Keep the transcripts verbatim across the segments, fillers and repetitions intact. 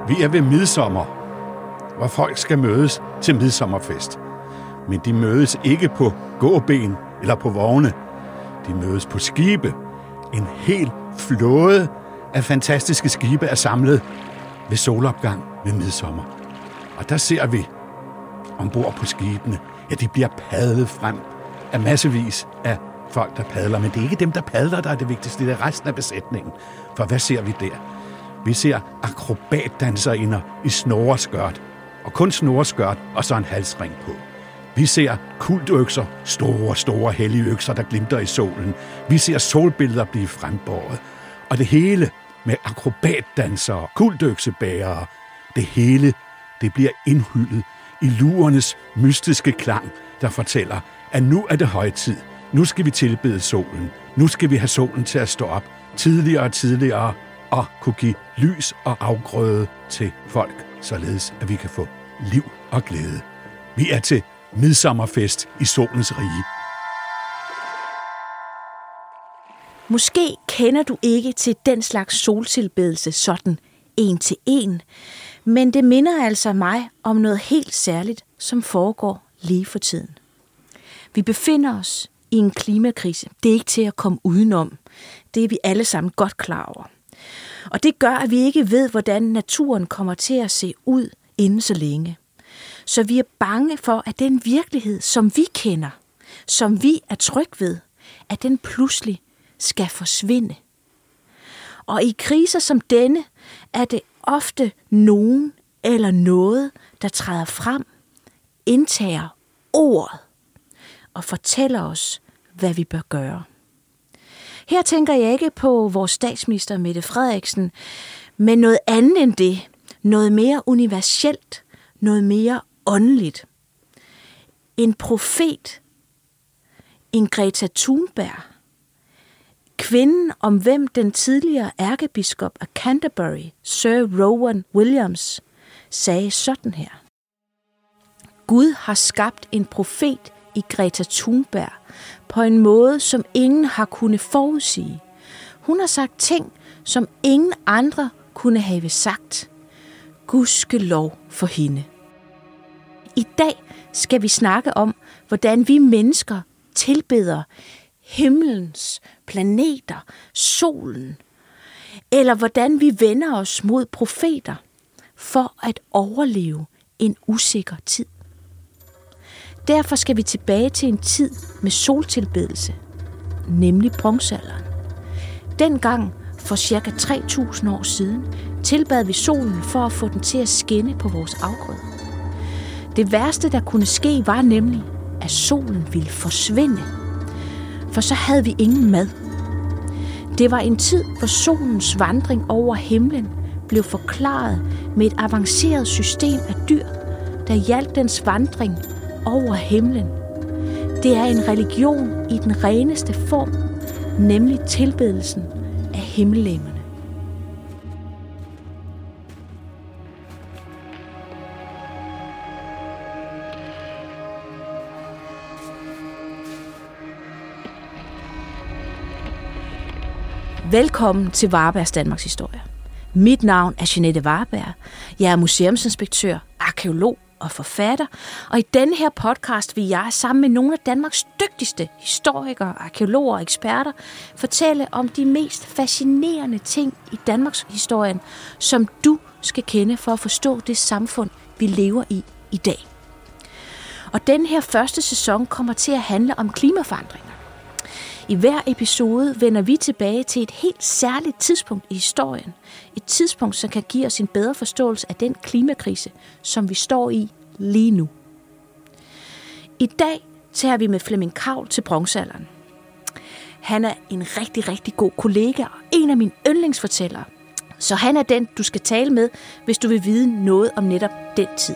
Vi er ved midsommer, hvor folk skal mødes til midsommerfest. Men de mødes ikke på gåben eller på vogne. De mødes på skibe. En hel flåde af fantastiske skibe er samlet ved solopgang ved midsommer. Og der ser vi ombord på skibene, ja, de bliver padlet frem af massevis af folk, der padler. Men det er ikke dem, der padler, der er det vigtigste. Det er resten af besætningen. For hvad ser vi der? Vi ser akrobatdanserinder i snoreskørt. Og kun snoreskørt og så en halsring på. Vi ser kultøkser, store, store hellige økser, der glimter i solen. Vi ser solbilleder blive frembåret. Og det hele med akrobatdansere, kultøksebærere, det hele, det bliver indhyllet i lurernes mystiske klang, der fortæller, at nu er det højtid. Nu skal vi tilbede solen. Nu skal vi have solen til at stå op tidligere og tidligere og kunne give lys og afgrøde til folk, således at vi kan få liv og glæde. Vi er til midsommerfest i solens rige. Måske kender du ikke til den slags soltilbedelse sådan en til en, men det minder altså mig om noget helt særligt, som foregår lige for tiden. Vi befinder os i en klimakrise. Det er ikke til at komme udenom. Det er vi alle sammen godt klar over. Og det gør, at vi ikke ved, hvordan naturen kommer til at se ud inden så længe. Så vi er bange for, at den virkelighed, som vi kender, som vi er tryg ved, at den pludselig skal forsvinde. Og i kriser som denne er det ofte nogen eller noget, der træder frem, indtager ordet og fortæller os, hvad vi bør gøre. Her tænker jeg ikke på vores statsminister Mette Frederiksen, men noget andet end det, noget mere universelt, noget mere åndeligt. En profet, en Greta Thunberg, kvinden om hvem den tidligere ærkebiskop af Canterbury, Sir Rowan Williams, sagde sådan her. Gud har skabt en profet i Greta Thunberg på en måde, som ingen har kunnet forudsige. Hun har sagt ting, som ingen andre kunne have sagt. Gudskelov for hende. I dag skal vi snakke om, hvordan vi mennesker tilbeder himlens planeter, solen, eller hvordan vi vender os mod profeter for at overleve en usikker tid. Derfor skal vi tilbage til en tid med soltilbedelse, nemlig bronzealderen. Dengang for cirka tre tusind år siden tilbad vi solen for at få den til at skinne på vores afgrøde. Det værste, der kunne ske, var nemlig, at solen ville forsvinde, for så havde vi ingen mad. Det var en tid, hvor solens vandring over himlen blev forklaret med et avanceret system af dyr, der hjalp dens vandring over himlen. Det er en religion i den reneste form, nemlig tilbedelsen af himmellegemerne. Velkommen til Varbergs Danmarks Historie. Mit navn er Jeanette Varberg. Jeg er museumsinspektør, arkæolog og forfatter, og i denne her podcast vil jeg sammen med nogle af Danmarks dygtigste historikere, arkæologer og eksperter fortælle om de mest fascinerende ting i Danmarks historien, som du skal kende for at forstå det samfund, vi lever i i dag. Og den her første sæson kommer til at handle om klimaforandringer. I hver episode vender vi tilbage til et helt særligt tidspunkt i historien. Et tidspunkt, som kan give os en bedre forståelse af den klimakrise, som vi står i lige nu. I dag tager vi med Flemming Kaul til bronzealderen. Han er en rigtig, rigtig god kollega og en af mine yndlingsfortællere. Så han er den, du skal tale med, hvis du vil vide noget om netop den tid.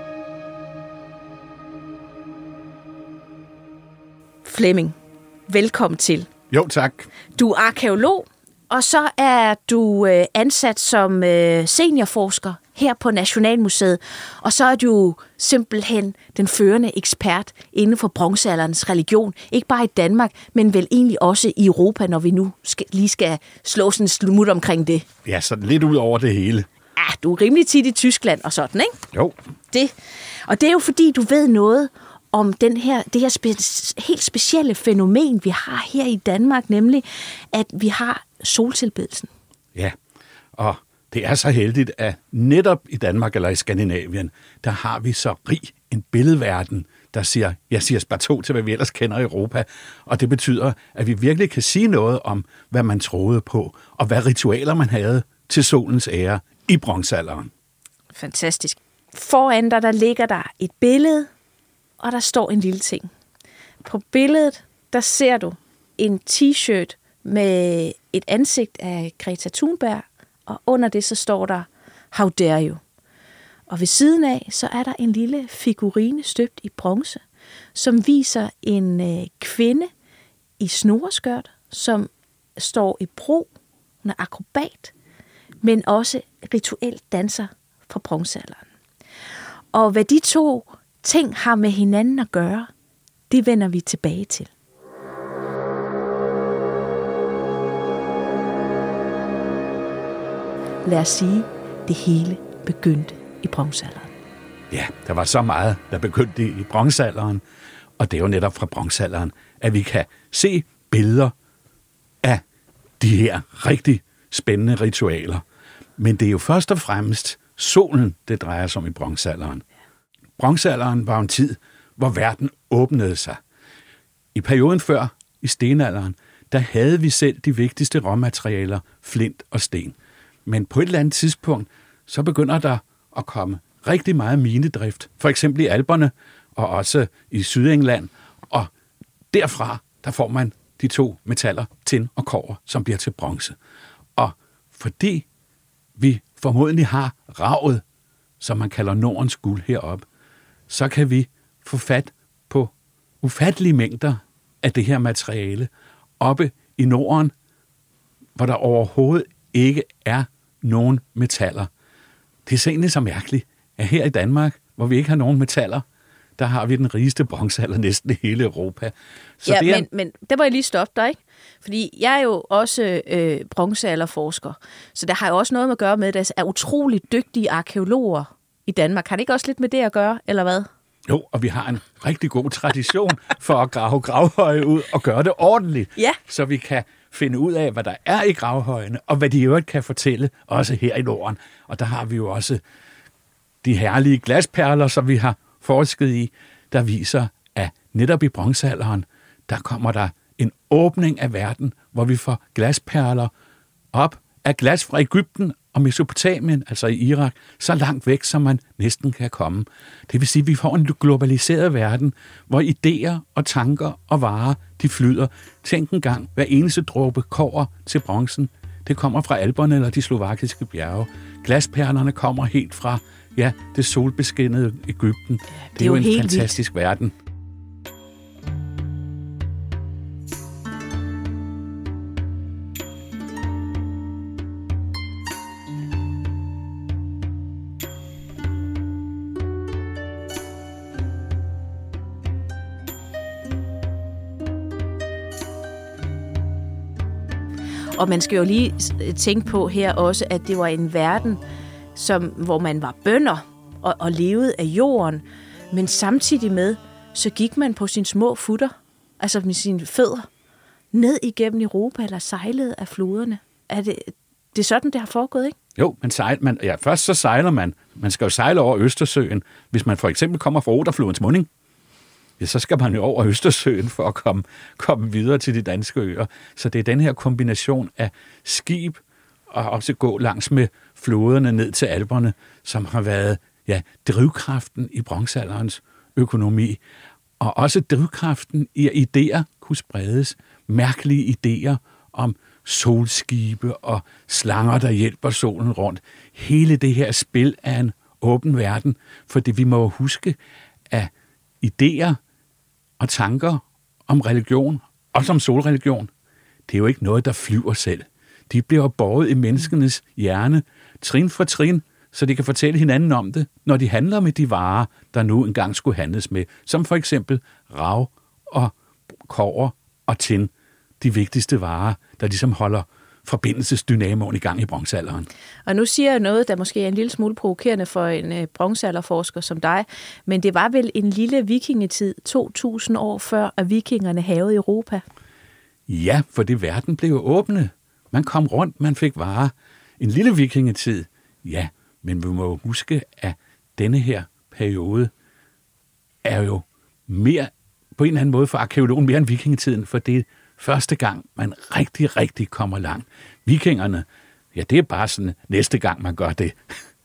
Flemming, velkommen til. Jo, tak. Du er arkæolog, og så er du øh, ansat som øh, seniorforsker her på Nationalmuseet, og så er du simpelthen den førende ekspert inden for bronzealderens religion. Ikke bare i Danmark, men vel egentlig også i Europa, når vi nu skal, lige skal slå sådan en smut omkring det. Ja, så lidt ud over det hele. Ja, du er rimelig tit i Tyskland og sådan, ikke? Jo. Det. Og det er jo fordi, du ved noget om den her, det her spe- helt specielle fænomen, vi har her i Danmark, nemlig at vi har soltilbedelsen. Ja, og det er så heldigt, at netop i Danmark eller i Skandinavien, der har vi så rig en billedverden, der siger, jeg siger sparto til, hvad vi ellers kender i Europa. Og det betyder, at vi virkelig kan sige noget om, hvad man troede på, og hvad ritualer man havde til solens ære i bronzealderen. Fantastisk. Foran dig, der ligger der et billede, og der står en lille ting. På billedet, der ser du en t-shirt med et ansigt af Greta Thunberg, og under det så står der, How dare you? Og ved siden af, så er der en lille figurine støbt i bronze, som viser en øh, kvinde i snoreskørt, som står i bro, hun er akrobat, men også rituelt danser fra bronzealderen. Og hvad de to ting har med hinanden at gøre, det vender vi tilbage til. Lad os sige, det hele begyndte i bronzealderen. Ja, der var så meget, der begyndte i bronzealderen, og det er jo netop fra bronzealderen, at vi kan se billeder af de her rigtig spændende ritualer. Men det er jo først og fremmest solen, det drejer sig om i bronzealderen. Bronzealderen var en tid, hvor verden åbnede sig. I perioden før, i stenalderen, der havde vi selv de vigtigste råmaterialer, flint og sten. Men på et eller andet tidspunkt, så begynder der at komme rigtig meget minedrift, for eksempel i Alperne og også i Sydengland, og derfra, der får man de to metaller, tin og kobber, som bliver til bronze. Og fordi vi formodentlig har raget, som man kalder Nordens guld heroppe, så kan vi få fat på ufattelige mængder af det her materiale oppe i Norden, hvor der overhovedet ikke er nogen metaller. Det er så egentlig så mærkeligt, at her i Danmark, hvor vi ikke har nogen metaller, der har vi den rigeste bronzealder næsten i hele Europa. Så ja, det er... men, men der må jeg lige stoppe dig, ikke? Fordi jeg er jo også øh, bronzealderforsker, så der har jo også noget med at gøre med, at der er utrolig dygtige arkeologer i Danmark. Har det ikke også lidt med det at gøre, eller hvad? Jo, og vi har en rigtig god tradition for at grave gravhøje ud og gøre det ordentligt, ja. Så vi kan finde ud af, hvad der er i gravhøjene, og hvad de i øvrigt kan fortælle, også her i Norden. Og der har vi jo også de herlige glasperler, som vi har forsket i, der viser, at netop i bronzealderen, der kommer der en åbning af verden, hvor vi får glasperler op af glas fra Egypten og Mesopotamien, altså i Irak, så langt væk, som man næsten kan komme. Det vil sige, at vi får en globaliseret verden, hvor idéer og tanker og varer, de flyder. Tænk en gang, hver eneste dråbe kobber til bronzen, det kommer fra Alperne eller de slovakiske bjerge. Glasperlerne kommer helt fra, ja, det solbeskinnede Egypten. Det er, det er jo en fantastisk vildt. Verden. Og man skal jo lige tænke på her også, at det var en verden, som, hvor man var bønder og, og levede af jorden, men samtidig med, så gik man på sine små futter, altså med sine fødder, ned igennem Europa eller sejlede af floderne. Er det, det er sådan, det har foregået, ikke? Jo, man sejler, man, ja, først så sejler man. Man skal jo sejle over Østersøen. Hvis man for eksempel kommer fra Oderflodens munding, ja, så skal man jo over Østersøen for at komme, komme videre til de danske øer. Så det er den her kombination af skib og også gå langs med floderne ned til Alperne, som har været ja, drivkraften i bronzealderens økonomi. Og også drivkraften i, at idéer kunne spredes. Mærkelige idéer om solskibe og slanger, der hjælper solen rundt. Hele det her spil er en åben verden, fordi vi må huske, at idéer og tanker om religion, også om solreligion, det er jo ikke noget, der flyver selv. De bliver båret i menneskenes hjerne, trin for trin, så de kan fortælle hinanden om det, når de handler med de varer, der nu engang skulle handles med, som for eksempel rav og kobber og tin, de vigtigste varer, der ligesom holder forbindelsesdynamoen i gang i bronzealderen. Og nu siger jeg noget, der måske er en lille smule provokerende for en øh, bronzealderforsker som dig, men det var vel en lille vikingetid to tusind år før, at vikingerne hærgede Europa? Ja, for det verden blev jo åbnet. Man kom rundt, man fik varer. En lille vikingetid, ja, men vi må huske, at denne her periode er jo mere, på en eller anden måde for arkæologen, mere end vikingetiden, for det er første gang, man rigtig, rigtig kommer langt. Vikingerne, ja, det er bare sådan næste gang, man gør det.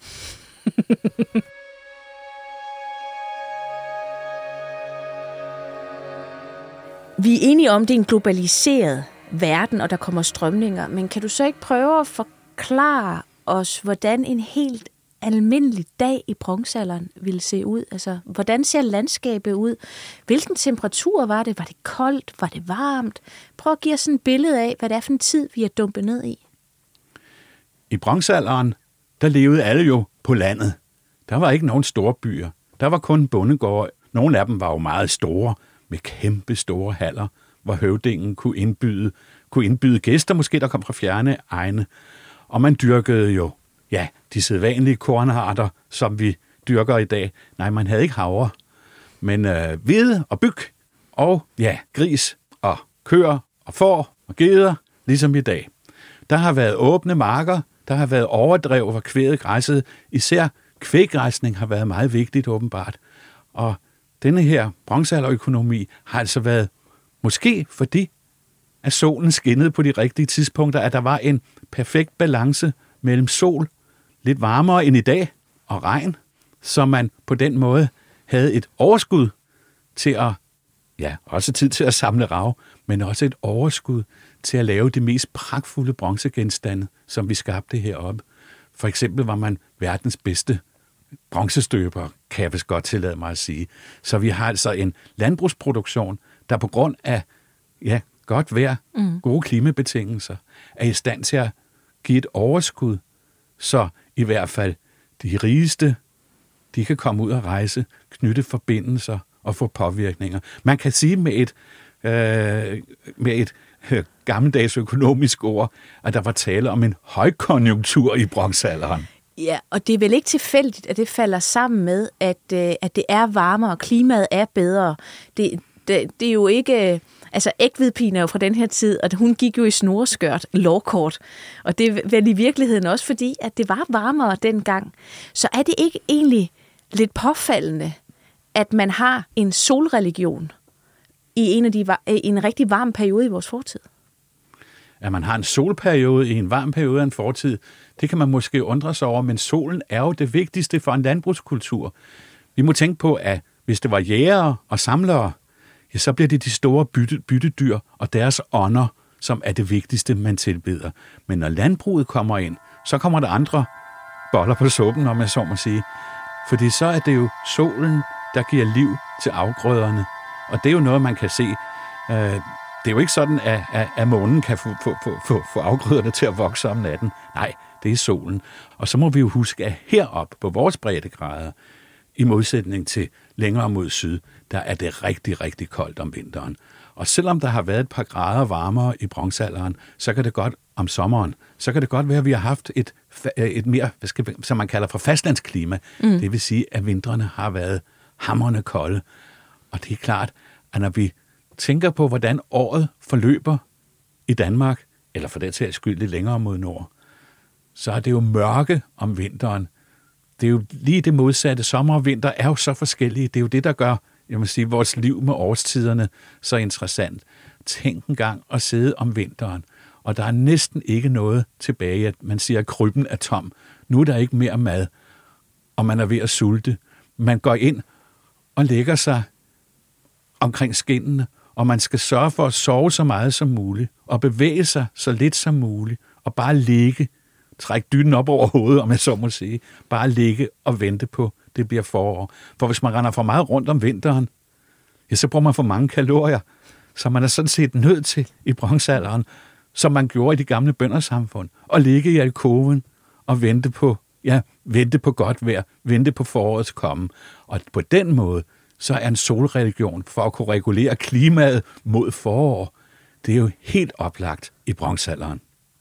Vi er enige om, det er en globaliseret verden, og der kommer strømninger, men kan du så ikke prøve at forklare os, hvordan en helt almindelig dag i bronzealderen ville se ud? Altså, hvordan ser landskabet ud? Hvilken temperatur var det? Var det koldt? Var det varmt? Prøv at give os sådan et billede af, hvad det er for en tid, vi er dumpet ned i. I bronzealderen, der levede alle jo på landet. Der var ikke nogen store byer. Der var kun bondegårde. Nogle af dem var jo meget store, med kæmpe store haller, hvor høvdingen kunne indbyde, kunne indbyde gæster, måske der kom fra fjerne egne. Og man dyrkede jo, ja, de sædvanlige kornarter, som vi dyrker i dag. Nej, man havde ikke havre, men øh, hvede og byg, og ja, gris og køer og får og geder, ligesom i dag. Der har været åbne marker, der har været overdrev, hvor kvæget græssede. Især kvæggræsning har været meget vigtigt, åbenbart. Og denne her bronzealderøkonomi har altså været, måske fordi, at solen skinnede på de rigtige tidspunkter, at der var en perfekt balance mellem sol, lidt varmere end i dag, og regn, så man på den måde havde et overskud til at, ja, også tid til at samle rav, men også et overskud til at lave de mest pragtfulde bronzegenstande, som vi skabte heroppe. For eksempel var man verdens bedste bronzestøber, kan jeg vist godt tillade mig at sige. Så vi har altså en landbrugsproduktion, der på grund af ja, godt vejr, mm. gode klimabetingelser, er i stand til at give et overskud, så i hvert fald de rigeste, de kan komme ud og rejse, knytte forbindelser og få påvirkninger. Man kan sige med et, øh, med et øh, gammeldags økonomisk ord, at der var tale om en højkonjunktur i bronzealderen. Ja, og det er vel ikke tilfældigt, at det falder sammen med, at, øh, at det er varmere, og klimaet er bedre. Det, det, det er jo ikke... Altså, ægvedpigen er jo fra den her tid, og hun gik jo i snoreskørt, lovkort. Og det er vel i virkeligheden også fordi, at det var varmere dengang. Så er det ikke egentlig lidt påfaldende, at man har en solreligion i en, af de, i en rigtig varm periode i vores fortid? At man har en solperiode i en varm periode af en fortid, det kan man måske undre sig over, men solen er jo det vigtigste for en landbrugskultur. Vi må tænke på, at hvis det var jægere og samlere, ja, så bliver det de store bytte, byttedyr og deres ånder, som er det vigtigste, man tilbeder. Men når landbruget kommer ind, så kommer der andre boller på suppen, om jeg så må sige. Fordi så er det jo solen, der giver liv til afgrøderne. Og det er jo noget, man kan se. Det er jo ikke sådan, at, at månen kan få, få, få, få afgrøderne til at vokse om natten. Nej, det er solen. Og så må vi jo huske, at heroppe på vores breddegrader, i modsætning til længere mod syd, der er det rigtig, rigtig koldt om vinteren. Og selvom der har været et par grader varmere i bronzealderen, så kan det godt om sommeren, så kan det godt være, at vi har haft et, et mere, hvad skal, som man kalder for fastlandsklima. Mm. Det vil sige, at vintrene har været hamrende kolde. Og det er klart, at når vi tænker på, hvordan året forløber i Danmark, eller for den sags skyld lidt længere mod nord, så er det jo mørke om vinteren. Det er jo lige det modsatte. Sommer og vinter er jo så forskellige. Det er jo det, der gør, jeg må sige, vores liv med årstiderne så interessant. Tænk en gang at sidde om vinteren, og der er næsten ikke noget tilbage, at man siger, at krybben er tom. Nu er der ikke mere mad, og man er ved at sulte. Man går ind og lægger sig omkring skinnene, og man skal sørge for at sove så meget som muligt, og bevæge sig så lidt som muligt, og bare ligge, trække dynen op over hovedet, om jeg så må sige, bare ligge og vente på, det bliver forår. For hvis man render for meget rundt om vinteren, ja, så bruger man for mange kalorier, så man er sådan set nødt til i bronzealderen, som man gjorde i de gamle bøndersamfund, at ligge i alkoven og vente på, ja, vente på godt vejr, vente på forårets komme. Og på den måde, så er en solreligion for at kunne regulere klimaet mod forår, det er jo helt oplagt i bronzealderen.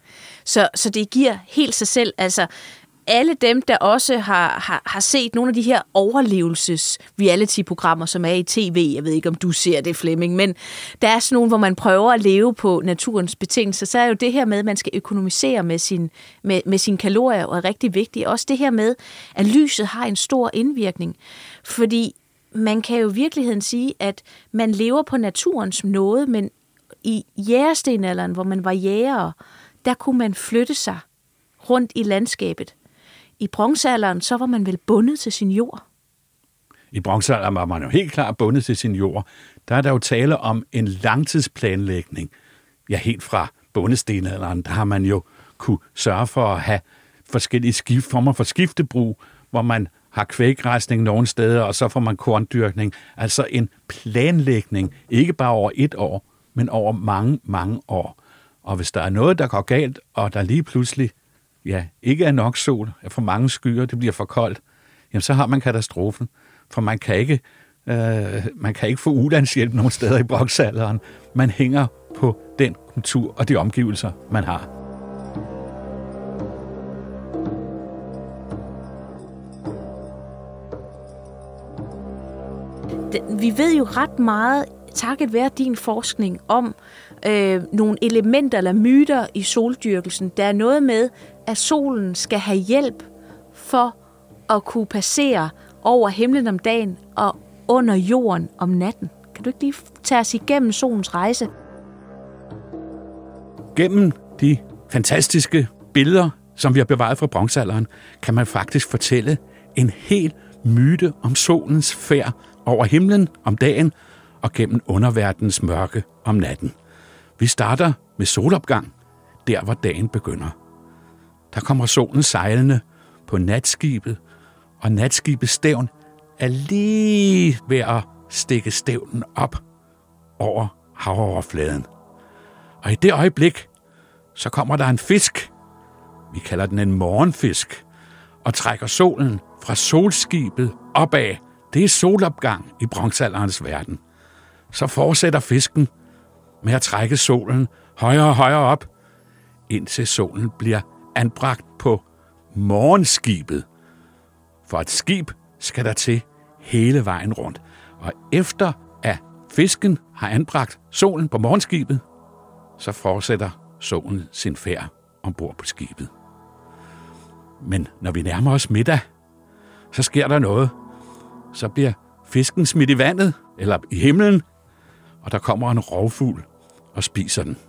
Så, så det giver helt sig selv. Altså, alle dem, der også har, har, har set nogle af de her overlevelses-reality-programmer, som er i tv, jeg ved ikke, om du ser det, Flemming, men der er sådan nogle, hvor man prøver at leve på naturens betingelser, så er jo det her med, at man skal økonomisere med, sin, med, med sine kalorier, og er rigtig vigtigt. Også det her med, at lyset har en stor indvirkning, fordi man kan jo i virkeligheden sige, at man lever på naturens nåde, men i jægerstenalderen, hvor man var jæger, der kunne man flytte sig rundt i landskabet. I bronzealderen, så var man vel bundet til sin jord? I bronzealderen var man jo helt klart bundet til sin jord. Der er der jo tale om en langtidsplanlægning. Ja, helt fra bondestenalderen, der har man jo kunne sørge for at have forskellige skift, former for skiftebrug, hvor man har kvæggræsning nogle steder, og så får man korndyrkning. Altså en planlægning, ikke bare over et år, men over mange, mange år. Og hvis der er noget, der går galt, og der lige pludselig ja, ikke er nok sol, er for mange skyer, det bliver for koldt, jamen så har man katastrofen. For man kan ikke, øh, man kan ikke få ulandshjælp nogen steder i bronzealderen. Man hænger på den kultur og de omgivelser, man har. Vi ved jo ret meget, takket være din forskning, om øh, nogle elementer eller myter i soldyrkelsen. Der er noget med, at solen skal have hjælp for at kunne passere over himlen om dagen og under jorden om natten. Kan du ikke lige tage os igennem solens rejse? Gennem de fantastiske billeder, som vi har bevaret fra bronzealderen, kan man faktisk fortælle en hel myte om solens færd over himlen om dagen og gennem underverdenens mørke om natten. Vi starter med solopgang, der hvor dagen begynder. Der kommer solen sejlende på natskibet, og natskibets stævn er lige ved at stikke stævnen op over havoverfladen. Og i det øjeblik, så kommer der en fisk, vi kalder den en morgenfisk, og trækker solen fra solskibet opad. Det er solopgang i bronzealderens verden. Så fortsætter fisken med at trække solen højere og højere op, indtil solen bliver anbragt på morgenskibet. For et skib skal der til hele vejen rundt. Og efter at fisken har anbragt solen på morgenskibet, så fortsætter solen sin færd ombord på skibet. Men når vi nærmer os middag, så sker der noget. Så bliver fisken smidt i vandet, eller i himlen, og der kommer en rovfugl og spiser den.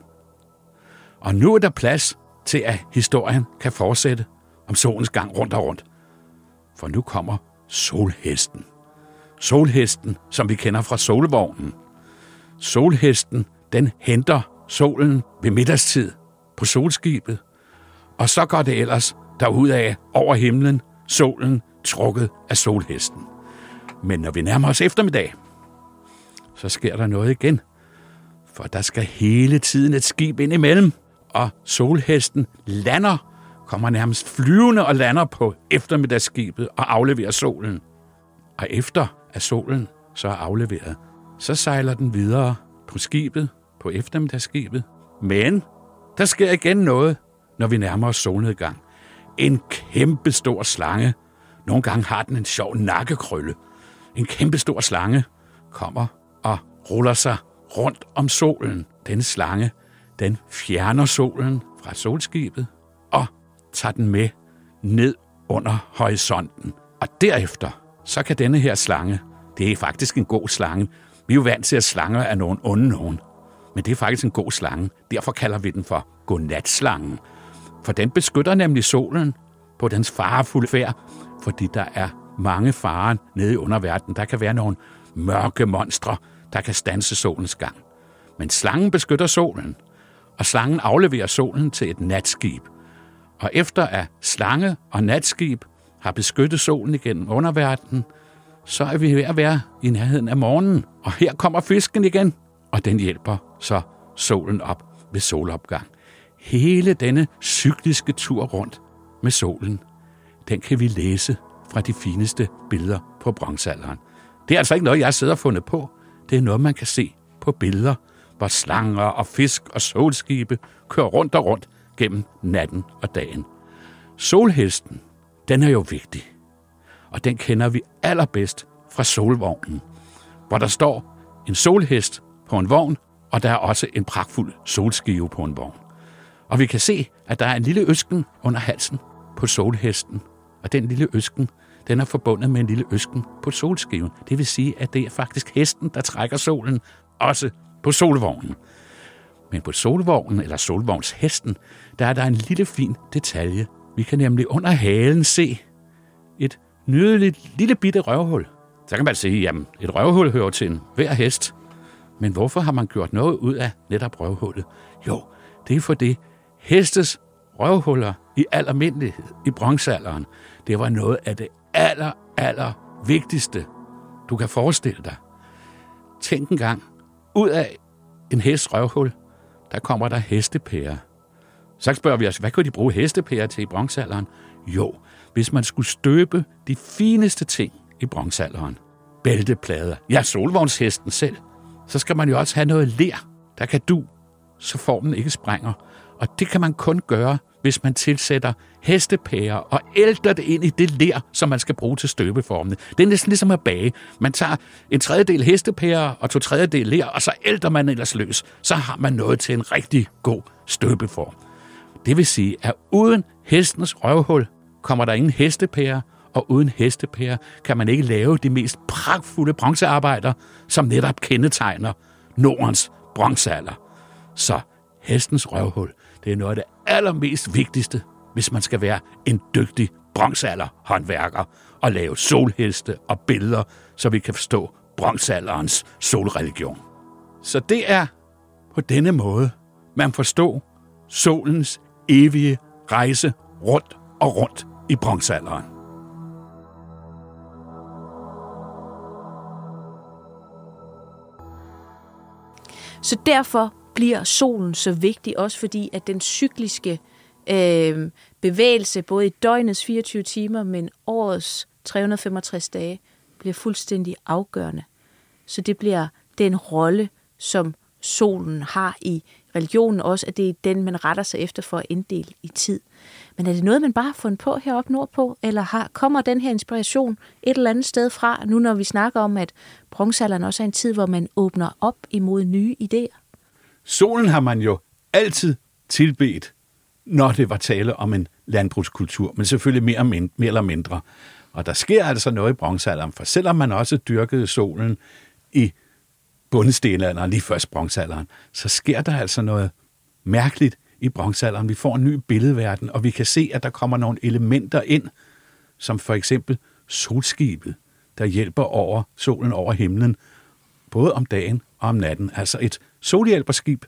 Og nu er der plads til, at historien kan fortsætte om solens gang rundt og rundt. For nu kommer solhesten. Solhesten, som vi kender fra solvognen. Solhesten, den henter solen ved middagstid på solskibet, og så går det ellers derudad over himlen, solen trukket af solhesten. Men når vi nærmer os eftermiddag, så sker der noget igen, for der skal hele tiden et skib ind imellem, og solhesten lander, kommer nærmest flyvende og lander på eftermiddagsskibet og afleverer solen. Og efter at solen så er afleveret, så sejler den videre på skibet, på eftermiddagsskibet. Men der sker igen noget, når vi nærmer os solnedgang. En kæmpe stor slange. Nogle gange har den en sjov nakkekrølle. En kæmpe stor slange kommer og ruller sig rundt om solen. Den slange, den fjerner solen fra solskibet og tager den med ned under horisonten. Og derefter, så kan denne her slange, det er faktisk en god slange. Vi er jo vant til, at slanger er nogen onde nogen. Men det er faktisk en god slange. Derfor kalder vi den for godnatslangen. For den beskytter nemlig solen på dens farefulde færd, fordi der er mange farer nede i underverdenen. Der kan være nogle mørke monstre, der kan standse solens gang. Men slangen beskytter solen, og slangen afleverer solen til et natskib. Og efter at slange og natskib har beskyttet solen igennem underverdenen, så er vi ved at være i nærheden af morgenen. Og her kommer fisken igen, og den hjælper så solen op ved solopgang. Hele denne cykliske tur rundt med solen, den kan vi læse fra de fineste billeder på bronzealderen. Det er altså ikke noget, jeg sidder og fundet på. Det er noget, man kan se på billeder, hvor slanger og fisk og solskibe kører rundt og rundt gennem natten og dagen. Solhesten, den er jo vigtig, og den kender vi allerbedst fra solvognen, hvor der står en solhest på en vogn, og der er også en pragtfuld solskive på en vogn. Og vi kan se, at der er en lille øsken under halsen på solhesten, og den lille øsken, den er forbundet med en lille øsken på solskiven. Det vil sige, at det er faktisk hesten, der trækker solen, også på solvognen. Men på solvognen, eller solvognshesten, der er der en lille fin detalje. Vi kan nemlig under halen se et nydeligt lille bitte røvhul. Så kan man sige, jamen et røvhul hører til en hver hest. Men hvorfor har man gjort noget ud af netop røvhullet? Jo, det er fordi hestes røvhuller i almindelighed i bronzealderen, det var noget af det aller, aller vigtigste, du kan forestille dig. Tænk engang, ud af en hests røvhul, der kommer der hestepærer. Så spørger vi os, hvad kunne de bruge hestepærer til i bronzealderen? Jo, hvis man skulle støbe de fineste ting i bronzealderen, bælteplader, ja, solvognshesten selv, så skal man jo også have noget ler, der kan du, så formen ikke sprænger. Og det kan man kun gøre, hvis man tilsætter hestepærer og ælter det ind i det ler, som man skal bruge til støbeformene. Det er næsten ligesom at bage. Man tager en tredjedel hestepærer og to tredjedel ler, og så ælter man ellers løs. Så har man noget til en rigtig god støbeform. Det vil sige, at uden hestens røvhul kommer der ingen hestepærer, og uden hestepærer kan man ikke lave de mest pragtfulde bronzearbejder, som netop kendetegner Nordens bronzealder. Så hestens røvhul, det er noget af det allermest vigtigste, hvis man skal være en dygtig bronzealderhåndværker og lave solheste og billeder, så vi kan forstå bronzealderens solreligion. Så det er på denne måde, man forstår solens evige rejse rundt og rundt i bronzealderen. Så derfor bliver solen så vigtig, også fordi at den cykliske øh, bevægelse, både i døgnets fireogtyve timer, men årets tre hundrede og femogtres dage, bliver fuldstændig afgørende. Så det bliver den rolle, som solen har i religionen også, at det er den, man retter sig efter for at inddele i tid. Men er det noget, man bare har fundet på heroppe nordpå, eller har, kommer den her inspiration et eller andet sted fra, nu når vi snakker om, at bronzealderen også er en tid, hvor man åbner op imod nye idéer? Solen har man jo altid tilbedt, når det var tale om en landbrugskultur, men selvfølgelig mere, mind- mere eller mindre. Og der sker altså noget i bronzealderen, for selvom man også dyrkede solen i bondestenalderen, lige først bronzealderen, så sker der altså noget mærkeligt i bronzealderen. Vi får en ny billedverden, og vi kan se, at der kommer nogle elementer ind, som for eksempel solskibet, der hjælper over solen over himlen, både om dagen og om natten. Altså et solhjælperskib.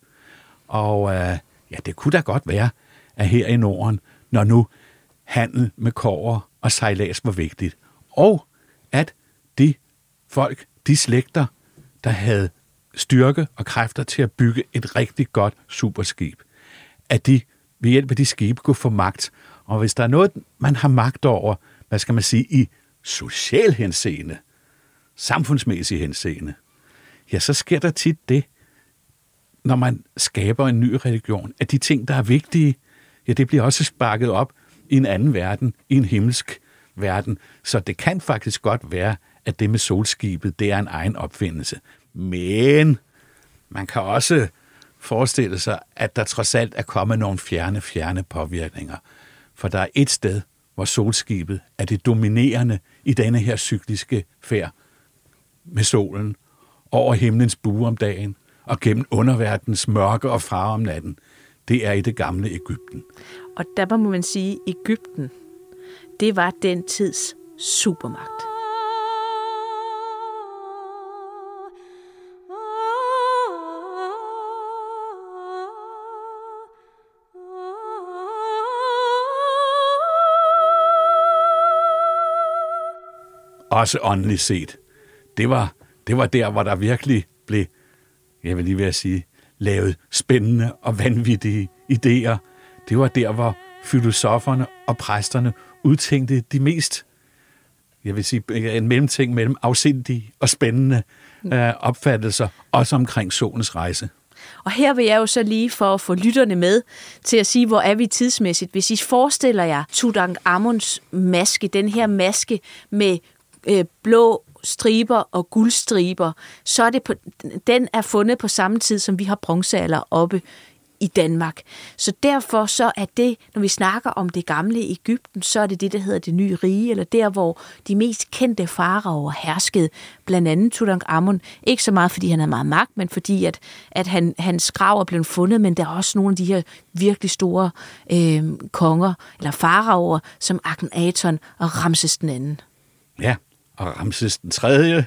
Og øh, ja, det kunne da godt være, at her i Norden, når nu handel med kobber og sejlads var vigtigt, og at de folk, de slægter, der havde styrke og kræfter til at bygge et rigtig godt superskib, at de ved hjælp af de skibe kunne få magt. Og hvis der er noget, man har magt over, hvad skal man sige, i social henseende, samfundsmæssig henseende, ja, så sker der tit det, når man skaber en ny religion, at de ting, der er vigtige, ja, det bliver også sparket op i en anden verden, i en himmelsk verden. Så det kan faktisk godt være, at det med solskibet, det er en egen opfindelse. Men man kan også forestille sig, at der trods alt er kommet nogle fjerne, fjerne påvirkninger. For der er et sted, hvor solskibet er det dominerende i denne her cykliske færd med solen, over himlens bue om dagen og gennem underverdens mørke og fare om natten. Det er i det gamle Egypten. Og der må man sige, at Egypten, det var den tids supermagt. Også åndeligt set. Det var, det var der, hvor der virkelig blev, jeg vil lige ved at sige, lavet spændende og vanvittige idéer. Det var der, hvor filosoferne og præsterne udtænkte de mest, jeg vil sige, en mellemting mellem afsindige og spændende øh, opfattelser, også omkring solens rejse. Og her vil jeg jo så lige for at få lytterne med til at sige, hvor er vi tidsmæssigt. Hvis I forestiller jer Tutankhamons maske, den her maske med øh, blå striber og guldstriber, så er det på, den er fundet på samme tid, som vi har bronzealder oppe i Danmark. Så derfor så er det, når vi snakker om det gamle Egypten, så er det det, der hedder det nye rige, eller der, hvor de mest kendte faraoer herskede, blandt andet Tutankhamon. Ikke så meget, fordi han havde meget magt, men fordi, at, at han, hans grav er blevet fundet, men der er også nogle af de her virkelig store øh, konger, eller faraoer, som Akhenaton og Ramses den anden. Ja, og Ramses den tredje.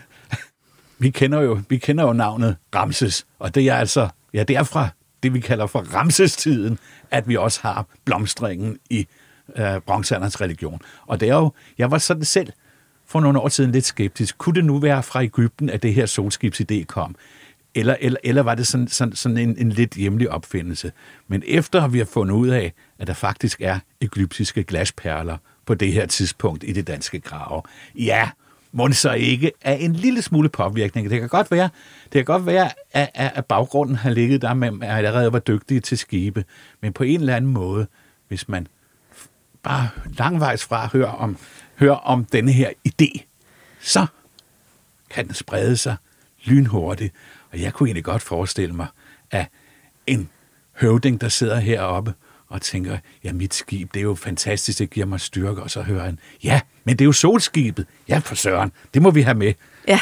Vi kender jo, vi kender jo navnet Ramses, og det er altså, ja, det er fra det, vi kalder for Ramses-tiden, at vi også har blomstringen i øh, bronzealderens religion. Og det er jo, jeg var sådan selv for nogle år siden lidt skeptisk. Kunne det nu være fra Egypten, at det her solskibsidé kom? Eller, eller, eller var det sådan, sådan, sådan en, en lidt hjemlig opfindelse? Men efter vi har fundet ud af, at der faktisk er egyptiske glasperler på det her tidspunkt i det danske grave, ja, må det så ikke af en lille smule påvirkning. Det kan godt være, det kan godt være at, at baggrunden har ligget der, med at allerede var dygtige til skibe, men på en eller anden måde, hvis man bare langvejs fra hører om, hører om denne her idé, så kan den sprede sig lynhurtigt. Og jeg kunne egentlig godt forestille mig, at en høvding, der sidder heroppe og tænker, ja, mit skib, det er jo fantastisk, det giver mig styrke, og så hører han, ja, men det er jo solskibet. Ja, for søren, det må vi have med. Ja,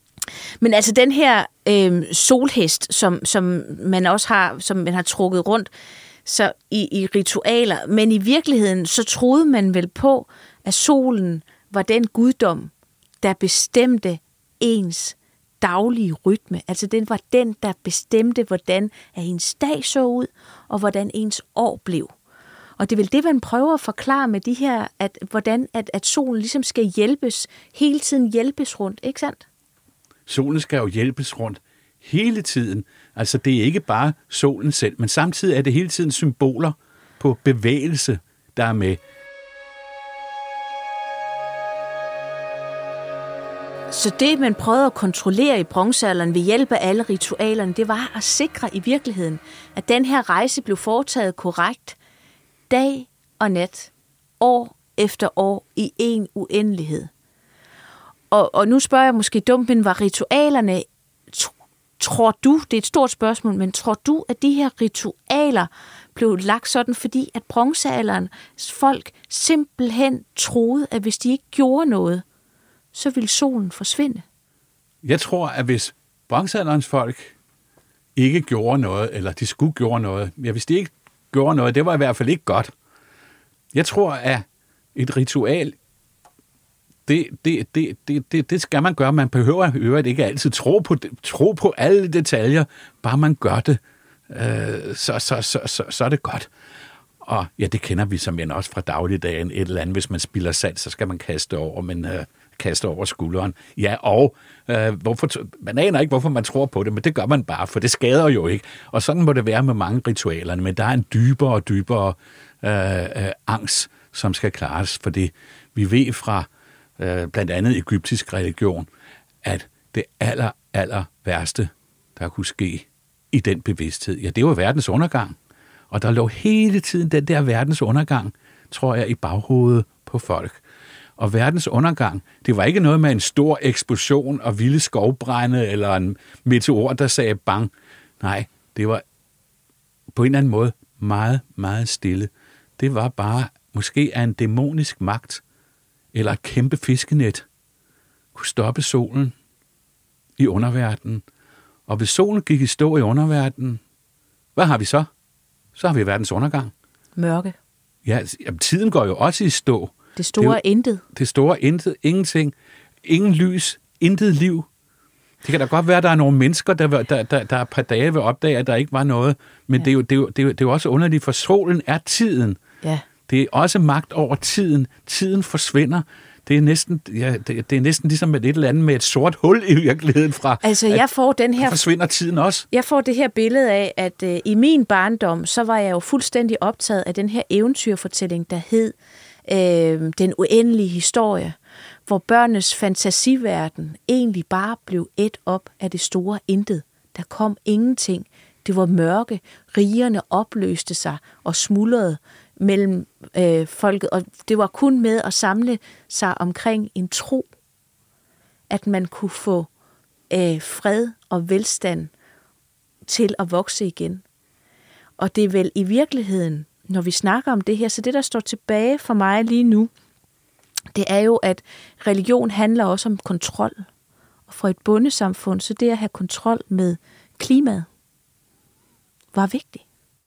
men altså den her øh, solhest, som, som man også har, som man har trukket rundt så i, i ritualer, men i virkeligheden, så troede man vel på, at solen var den guddom, der bestemte ens daglige rytme. Altså den var den, der bestemte, hvordan ens dag så ud, og hvordan ens år blev. Og det er vel det, man prøver at forklare med de her, at hvordan at, at solen ligesom skal hjælpes, hele tiden hjælpes rundt, ikke sandt? Solen skal jo hjælpes rundt hele tiden. Altså det er ikke bare solen selv, men samtidig er det hele tiden symboler på bevægelse, der er med. Så det, man prøvede at kontrollere i bronzealderen ved hjælp af alle ritualerne, det var at sikre i virkeligheden, at den her rejse blev foretaget korrekt dag og nat, år efter år i en uendelighed. Og, og nu spørger jeg måske dumt, men var ritualerne, tror du, det er et stort spørgsmål, men tror du, at de her ritualer blev lagt sådan, fordi at bronzealderens folk simpelthen troede, at hvis de ikke gjorde noget, så ville solen forsvinde? Jeg tror, at hvis bronzealderens folk ikke gjorde noget, eller de skulle gøre noget, ja, hvis de ikke gjorde noget, det var i hvert fald ikke godt. Jeg tror, at et ritual, det, det, det, det, det, det skal man gøre. Man behøver i øvrigt ikke altid tro på, tro på alle detaljer, bare man gør det, øh, så, så, så, så, så er det godt. Og ja, det kender vi som end også fra dagligdagen. Et eller andet, hvis man spilder sand, så skal man kaste over, men øh, kaste over skulderen. Ja, og øh, hvorfor, man aner ikke, hvorfor man tror på det, men det gør man bare, for det skader jo ikke. Og sådan må det være med mange ritualer, men der er en dybere og dybere øh, øh, angst, som skal klares, for det vi ved fra øh, blandt andet egyptisk religion, at det aller, aller værste, der kunne ske i den bevidsthed, ja, det var verdens undergang. Og der lå hele tiden den der verdens undergang, tror jeg, i baghovedet på folk. Og verdens undergang, det var ikke noget med en stor eksplosion og vilde skovbrænde eller en meteor, der sagde bang. Nej, det var på en eller anden måde meget, meget stille. Det var bare måske af en dæmonisk magt eller et kæmpe fiskenet kunne stoppe solen i underverdenen. Og hvis solen gik i stå i underverdenen, hvad har vi så? Så har vi verdens undergang. Mørke. Ja, tiden går jo også i stå. Det store det jo, intet. Det store intet, ingenting. Ingen lys, intet liv. Det kan da godt være, at der er nogle mennesker, der, der, der, der er et par dage vil opdage, at der ikke var noget. Men ja. det, er jo, det, er jo, det, er jo, det er jo også underligt, for solen er tiden. Ja. Det er også magt over tiden. Tiden forsvinder. Det er næsten, ja, det, det er næsten ligesom et eller andet med et sort hul i virkeligheden fra. Altså, jeg får den her, forsvinder tiden også. Jeg får det her billede af, at øh, i min barndom, så var jeg jo fuldstændig optaget af den her eventyrfortælling, der hed øh, Den uendelige historie, hvor børnenes fantasiverden egentlig bare blev ædt op af det store intet. Der kom ingenting. Det var mørke. Rigerne opløste sig og smuldrede mellem øh, folket, og det var kun med at samle sig omkring en tro, at man kunne få øh, fred og velstand til at vokse igen. Og det er vel i virkeligheden, når vi snakker om det her, så det, der står tilbage for mig lige nu, det er jo, at religion handler også om kontrol. Og for et bondesamfund, så det at have kontrol med klimaet, var vigtigt.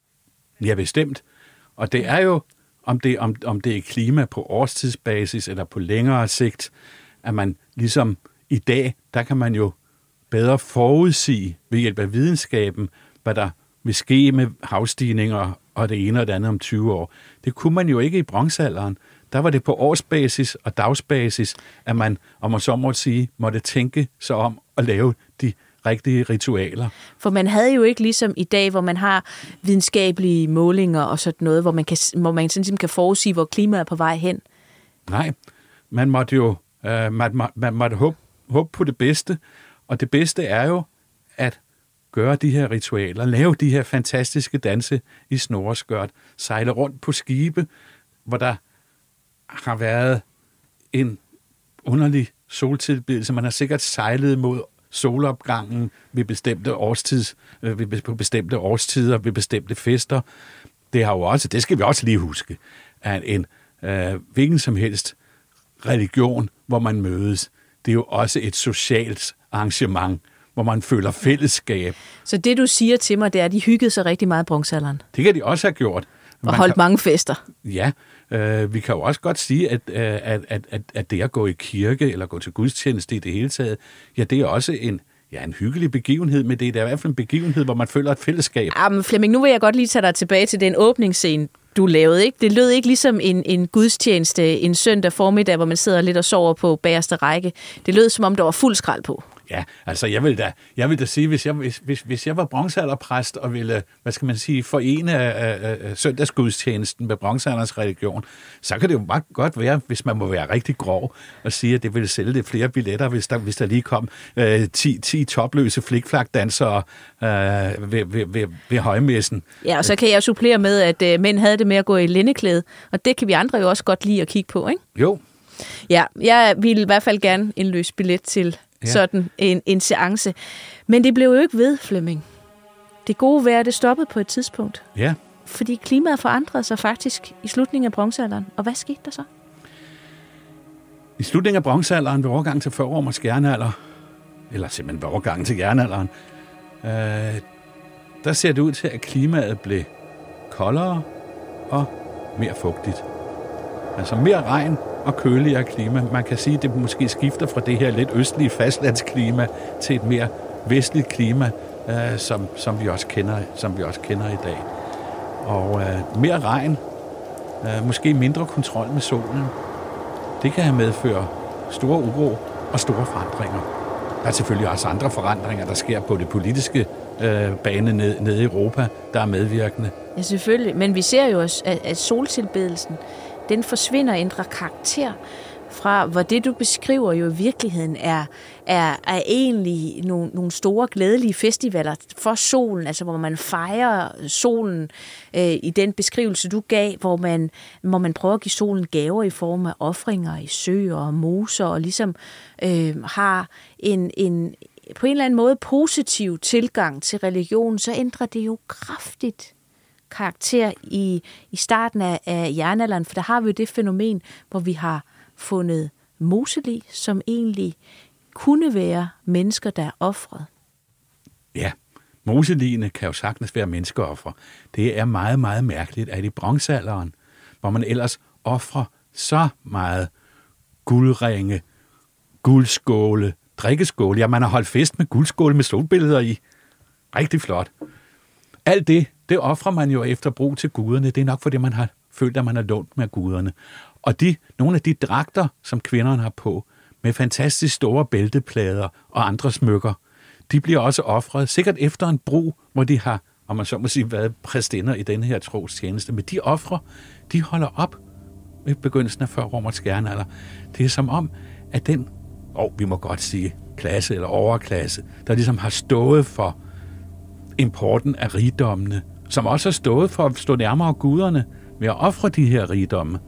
Ja, bestemt. Og det er jo, om det, om, om det er klima på årstidsbasis eller på længere sigt, at man ligesom i dag, der kan man jo bedre forudsige ved hjælp af videnskaben, hvad der vil ske med havstigninger og det ene og det andet om tyve år. Det kunne man jo ikke i bronzealderen. Der var det på årsbasis og dagsbasis, at man, om man så måtte sige, måtte tænke sig om at lave de rigtige ritualer. For man havde jo ikke ligesom i dag, hvor man har videnskabelige målinger og sådan noget, hvor man kan, hvor man sådan kan forudsige, hvor klimaet er på vej hen. Nej, man måtte jo øh, man, man måtte håbe, håbe på det bedste, og det bedste er jo at gøre de her ritualer, lave de her fantastiske danse i snoreskørt, sejle rundt på skibe, hvor der har været en underlig soltilbedelse. Man har sikkert sejlet mod solopgangen ved bestemte årstids, øh, ved, på bestemte årstider, ved bestemte fester. Det har jo også, det skal vi også lige huske, at en øh, hvilken som helst religion, hvor man mødes, det er jo også et socialt arrangement, hvor man føler fællesskab. Så det, du siger til mig, det er, at de hyggede sig rigtig meget i bronzealderen? Det kan de også have gjort. Og holdt kan, mange fester? Ja, øh, vi kan jo også godt sige, at, at, at, at, at det at gå i kirke, eller gå til gudstjeneste i det hele taget, ja, det er også en, ja, en hyggelig begivenhed, men det er i hvert fald en begivenhed, hvor man føler et fællesskab. Ja, men Flemming, nu vil jeg godt lige tage dig tilbage til den åbningsscene, du lavede, ikke? Det lød ikke ligesom en, en gudstjeneste en søndag formiddag, hvor man sidder lidt og sover på bagerste række. Det lød, som om der var fuld skrald på. Ja, altså jeg vil da, jeg vil da sige, hvis jeg, hvis, hvis, hvis jeg var bronzealderpræst og ville, hvad skal man sige, forene uh, uh, søndagsgudstjenesten med bronzealderens religion, så kan det jo bare godt være, hvis man må være rigtig grov og sige, at det ville sælge det flere billetter, hvis der, hvis der lige kom uh, ti, ti topløse flikflak-dansere uh, ved, ved, ved, ved højmessen. Ja, og så kan jeg supplere med, at uh, mænd havde det med at gå i lindeklæde, og det kan vi andre jo også godt lide at kigge på, ikke? Jo. Ja, jeg ville i hvert fald gerne indløse billet til ja. sådan en, en seance. Men det blev jo ikke ved, Flemming. Det gode vejr, det stoppede på et tidspunkt. Ja. Fordi klimaet forandrede sig faktisk i slutningen af bronzealderen. Og hvad skete der så? I slutningen af bronzealderen, ved overgangen til førromersk jernalder, eller simpelthen ved overgangen til jernalderen, øh, der ser det ud til, at klimaet blev koldere og mere fugtigt. Altså mere regn og køligere klima. Man kan sige, at det måske skifter fra det her lidt østlige fastlandsklima til et mere vestligt klima, øh, som, som, vi også kender, som vi også kender i dag. Og øh, mere regn, øh, måske mindre kontrol med solen, det kan have medføre store uro og store forandringer. Der er selvfølgelig også andre forandringer, der sker på det politiske øh, bane nede ned i Europa, der er medvirkende. Ja, selvfølgelig. Men vi ser jo, at, at soltilbedelsen, den forsvinder og ændrer karakter fra, hvor det, du beskriver jo i virkeligheden, er, er, er egentlig nogle, nogle store, glædelige festivaler for solen, altså hvor man fejrer solen øh, i den beskrivelse, du gav, hvor man, hvor man prøver at give solen gaver i form af ofringer i søer og moser, og ligesom øh, har en, en på en eller anden måde positiv tilgang til religion, så ændrer det jo kraftigt karakter i, i starten af, af jernalderen, for der har vi jo det fænomen, hvor vi har fundet moselig, som egentlig kunne være mennesker, der er ofret. Ja, moseligene kan jo sagtens være menneskeoffer. Det er meget, meget mærkeligt, at i bronzealderen, hvor man ellers ofrer så meget guldringe, guldskåle, drikkeskåle, ja, man har holdt fest med guldskåle med solbilleder i. Rigtig flot. Alt det, det offrer man jo efter brug til guderne. Det er nok fordi, man har følt, at man har lånt med guderne. Og de, nogle af de dragter, som kvinderne har på, med fantastisk store bælteplader og andre smykker, de bliver også offret, sikkert efter en brug, hvor de har, om man så må sige, været præstinder i denne her trostjeneste. Men de ofre, de holder op ved begyndelsen af førromersk jernalder. Det er som om, at den, og vi må godt sige, klasse eller overklasse, der ligesom har stået for importen af rigdommene, som også har stået for at stå nærmere guderne ved at ofre de her rigdomme,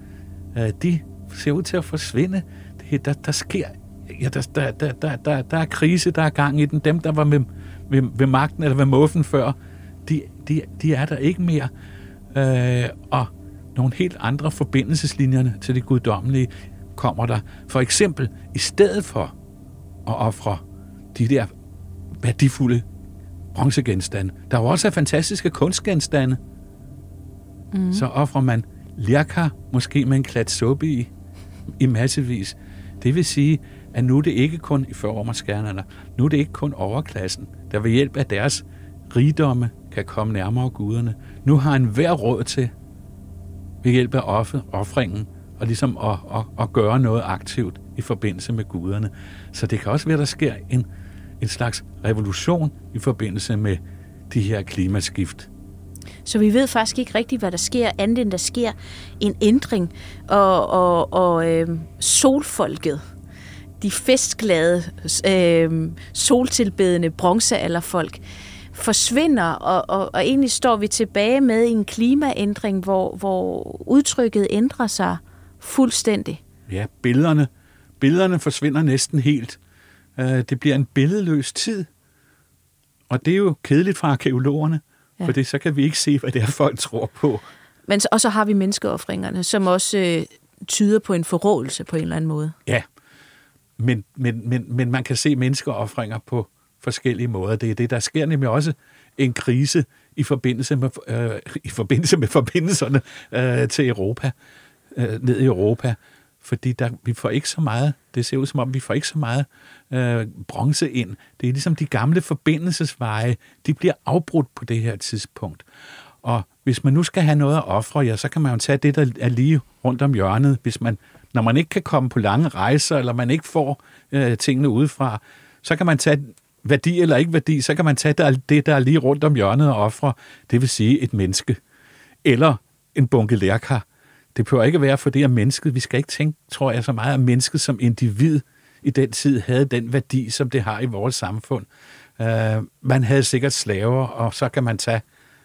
de ser ud til at forsvinde. Det, der, der sker, ja, der, der, der, der, der, der er krise, der er gang i den. Dem, der var ved, ved, ved magten eller ved muffen før, de, de, de er der ikke mere. Øh, og nogle helt andre forbindelseslinjerne til det guddommelige kommer der. For eksempel, i stedet for at ofre de der værdifulde bronzegenstande, der jo også er fantastiske kunstgenstande, mm. så offrer man lirkar, måske med en klat suppe i, i massevis. Det vil sige, at nu er det ikke kun i førromerskærnerne, nu er det ikke kun overklassen, der ved hjælp af deres rigdomme kan komme nærmere guderne. Nu har en hver råd til, ved hjælp af offer, offringen, og ligesom at, at, at gøre noget aktivt i forbindelse med guderne. Så det kan også være, at der sker en, en slags revolution i forbindelse med de her klimaskift. Så vi ved faktisk ikke rigtigt, hvad der sker, andet end der sker en ændring, og, og, og øh, solfolket, de festglade, øh, soltilbedende bronzealderfolk, forsvinder, og, og, og egentlig står vi tilbage med en klimaændring, hvor, hvor udtrykket ændrer sig fuldstændig. Ja, billederne, billederne forsvinder næsten helt. Det bliver en billedløs tid, og det er jo kedeligt for arkæologerne, ja. For så kan vi ikke se, hvad det er, folk tror på. Men, og så har vi menneskeoffringerne, som også øh, tyder på en forrådelse på en eller anden måde. Ja, men, men, men, men man kan se menneskeoffringer på forskellige måder. Det er det, der sker nemlig også en krise i forbindelse med, øh, i forbindelse med forbindelserne øh, til Europa, øh, ned i Europa, fordi der, vi får ikke så meget, det ser ud som om, vi får ikke så meget øh, bronze ind. Det er ligesom de gamle forbindelsesveje, de bliver afbrudt på det her tidspunkt. Og hvis man nu skal have noget at ofre, ja, så kan man jo tage det, der er lige rundt om hjørnet. Hvis man, når man ikke kan komme på lange rejser, eller man ikke får øh, tingene udefra, så kan man tage værdi eller ikke værdi, så kan man tage det, der er lige rundt om hjørnet og ofre, det vil sige et menneske, eller en bunke lærkar. Det behøver ikke være, for det er mennesket. Vi skal ikke tænke, tror jeg, så meget, at mennesket som individ i den tid havde den værdi, som det har i vores samfund. Uh, man havde sikkert slaver, og så kan man tage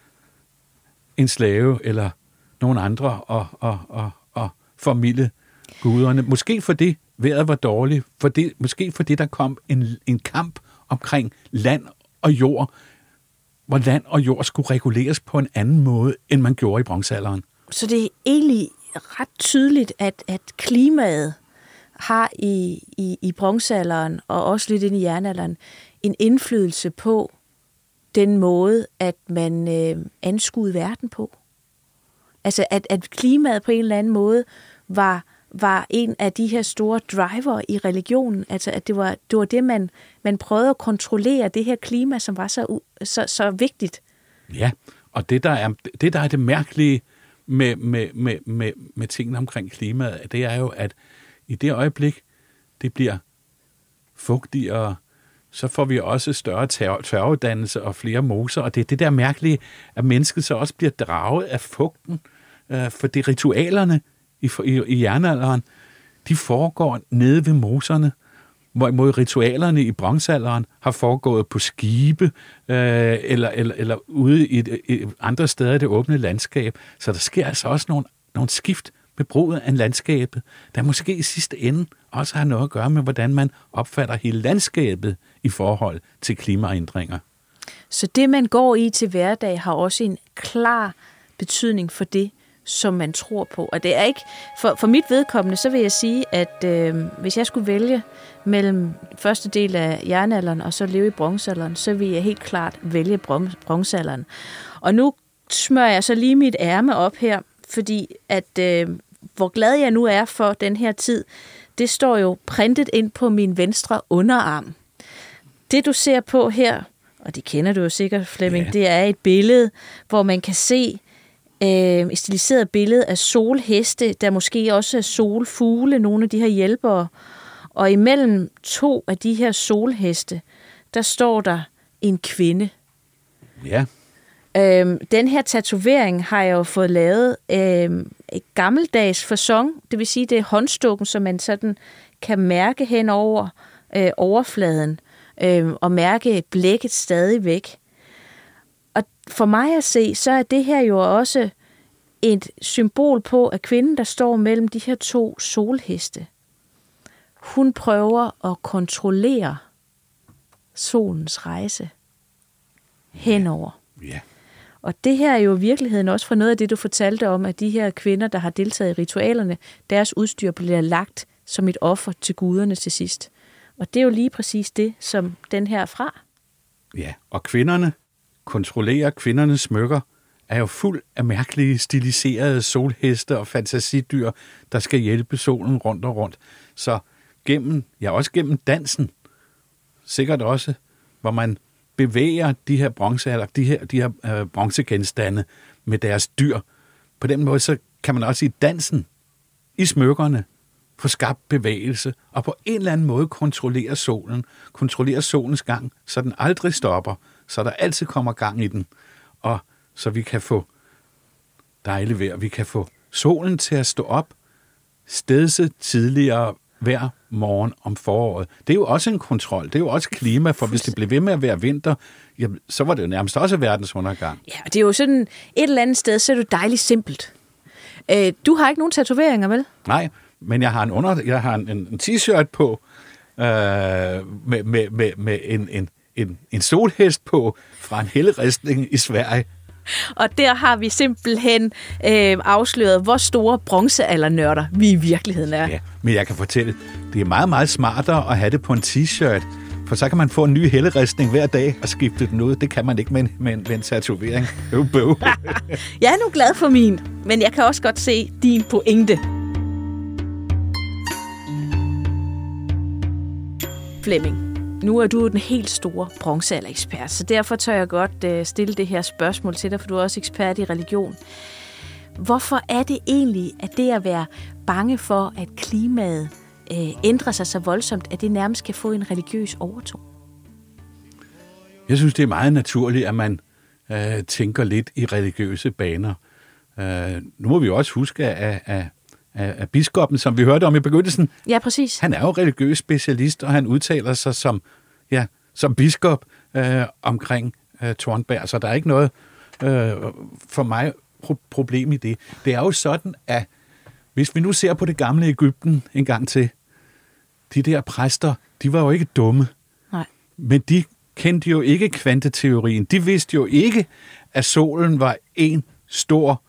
en slave eller nogen andre og, og, og, og formilde guderne. Måske fordi vejret var dårligt, fordi, måske fordi der kom en, en kamp omkring land og jord, hvor land og jord skulle reguleres på en anden måde, end man gjorde i bronzealderen. Så det er egentlig ret tydeligt, at, at klimaet har i, i, i bronzealderen, og også lidt ind i jernalderen, en indflydelse på den måde, at man øh, anskuede verden på. Altså, at, at klimaet på en eller anden måde var, var en af de her store driver i religionen. Altså, at det var det, var det man, man prøvede at kontrollere, det her klima, som var så, så, så vigtigt. Ja, og det, der er det, der er det mærkelige med, med, med, med, med tingene omkring klimaet, det er jo, at i det øjeblik, det bliver fugtigere, så får vi også større tørvedannelse og flere moser, og det er det der mærkelige, at mennesket så også bliver draget af fugten, øh, for det ritualerne i, i, i jernalderen, de foregår nede ved moserne, hvorimod ritualerne i bronzealderen har foregået på skibe, øh, eller, eller, eller ude i, et, i andre steder i det åbne landskab. Så der sker altså også nogle, nogle skift med bruget af landskabet, der måske i sidste ende også har noget at gøre med, hvordan man opfatter hele landskabet i forhold til klimaændringer. Så det, man går i til hverdag, har også en klar betydning for det, som man tror på. Og det er ikke, for, for mit vedkommende, så vil jeg sige, at øh, hvis jeg skulle vælge mellem første del af jernalderen og så leve i bronzealderen, så vil jeg helt klart vælge bronzealderen. Og nu smører jeg så lige mit ærme op her, fordi at øh, hvor glad jeg nu er for den her tid, det står jo printet ind på min venstre underarm. Det du ser på her, og det kender du jo sikkert, Flemming, yeah. Det er et billede, hvor man kan se øh, et stiliseret billede af solheste, der måske også er solfugle, nogle af de her hjælpere. Og imellem to af de her solheste, der står der en kvinde. Ja. Øhm, den her tatovering har jeg jo fået lavet øhm, et gammeldags facon, det vil sige, det er håndstukken, som man sådan kan mærke hen over øh, overfladen øh, og mærke blækket stadigvæk. og for mig at se, så er det her jo også et symbol på, at kvinden, der står mellem de her to solheste, hun prøver at kontrollere solens rejse henover. Ja. Og det her er jo i virkeligheden også fra noget af det, du fortalte om, at de her kvinder, der har deltaget i ritualerne, deres udstyr bliver lagt som et offer til guderne til sidst. Og det er jo lige præcis det, som den her er fra. Ja, og kvinderne kontrollerer kvindernes smykker, er jo fuld af mærkelige, stiliserede solheste og fantasidyr, der skal hjælpe solen rundt og rundt. Så gennem, ja også gennem dansen, sikkert også, hvor man bevæger de her bronzealder, de her, de her øh, bronzegenstande med deres dyr. På den måde, så kan man også i dansen, i smykkerne, få skabt bevægelse, og på en eller anden måde kontrollere solen, kontrollere solens gang, så den aldrig stopper, så der altid kommer gang i den, og så vi kan få dejligt vejr, vi kan få solen til at stå op stedse tidligere hver morgen om foråret. Det er jo også en kontrol, det er jo også klima, for hvis det bliver ved med at være vinter, jamen, så var det jo nærmest også verdensundergang. Ja, det er jo sådan et eller andet sted, så er det dejligt simpelt. Øh, du har ikke nogen tatoveringer, vel? Nej, men jeg har en, under, jeg har en, en t-shirt på, øh, med, med, med, med en, en, en, en solhest på fra en helleristning i Sverige. Og der har vi simpelthen øh, afsløret, hvor store bronzealdernørder vi i virkeligheden er. Ja, men jeg kan fortælle, det er meget, meget smartere at have det på en t-shirt, for så kan man få en ny helleristning hver dag og skifte den ud. Det kan man ikke med en, med en, med en tatovering. Bøv, bøv. Jeg er nu glad for min, men jeg kan også godt se din pointe. Flemming, nu er du den helt store bronzealderekspert, så derfor tør jeg godt uh, stille det her spørgsmål til dig, for du er også ekspert i religion. Hvorfor er det egentlig, at det at være bange for, at klimaet uh, ændrer sig så voldsomt, at det nærmest kan få en religiøs overtone? Jeg synes, det er meget naturligt, at man uh, tænker lidt i religiøse baner. Uh, nu må vi jo også huske, at, at af biskoppen, som vi hørte om i begyndelsen. Ja, præcis. Han er jo religiøs specialist, og han udtaler sig som, ja, som biskop øh, omkring øh, Tornberg, så der er ikke noget øh, for mig pro- problem i det. Det er jo sådan, at hvis vi nu ser på det gamle Egypten en gang til, de der præster, de var jo ikke dumme. Nej. Men de kendte jo ikke kvanteteorien. De vidste jo ikke, at solen var en stor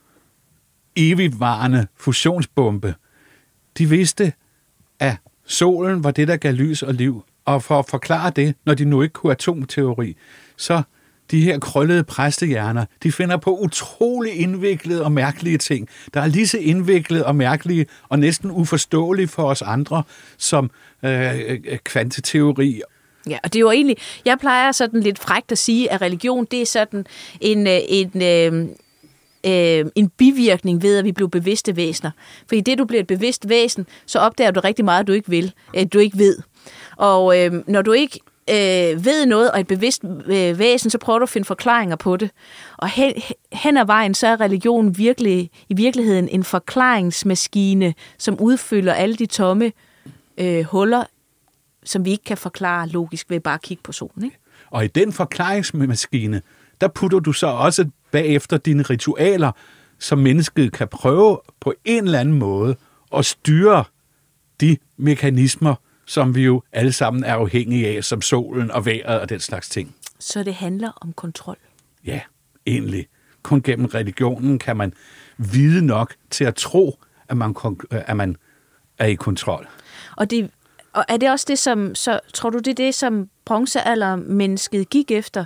evigvarende fusionsbombe. De vidste, at solen var det, der gav lys og liv. Og for at forklare det, når de nu ikke kunne atomteori, så de her krøllede præstehjerner, de finder på utrolig indviklede og mærkelige ting, der er lige så indviklede og mærkelige og næsten uforståelige for os andre, som øh, kvanteteori. Ja, og det er jo egentlig, jeg plejer sådan lidt frækt at sige, at religion, det er sådan en, en, en Øh, en bivirkning ved, at vi bliver bevidste væsener. For i det, du bliver et bevidst væsen, så opdager du rigtig meget, du ikke vil, øh, du ikke ved. Og øh, når du ikke øh, ved noget og et bevidst øh, væsen, så prøver du at finde forklaringer på det. Og hen, hen ad vejen, så er religion virkelig, i virkeligheden en forklaringsmaskine, som udfylder alle de tomme øh, huller, som vi ikke kan forklare logisk ved bare at kigge på solen. Ikke? Og i den forklaringsmaskine, der putter du så også bagefter dine ritualer, som mennesket kan prøve på en eller anden måde at styre de mekanismer, som vi jo alle sammen er afhængige af, som solen og vejret og den slags ting. Så det handler om kontrol? Ja, egentlig. Kun gennem religionen kan man vide nok til at tro, at man, at man er i kontrol. Og, det, og er det også det, som, så tror du, det er det, som bronzealdermennesket gik efter,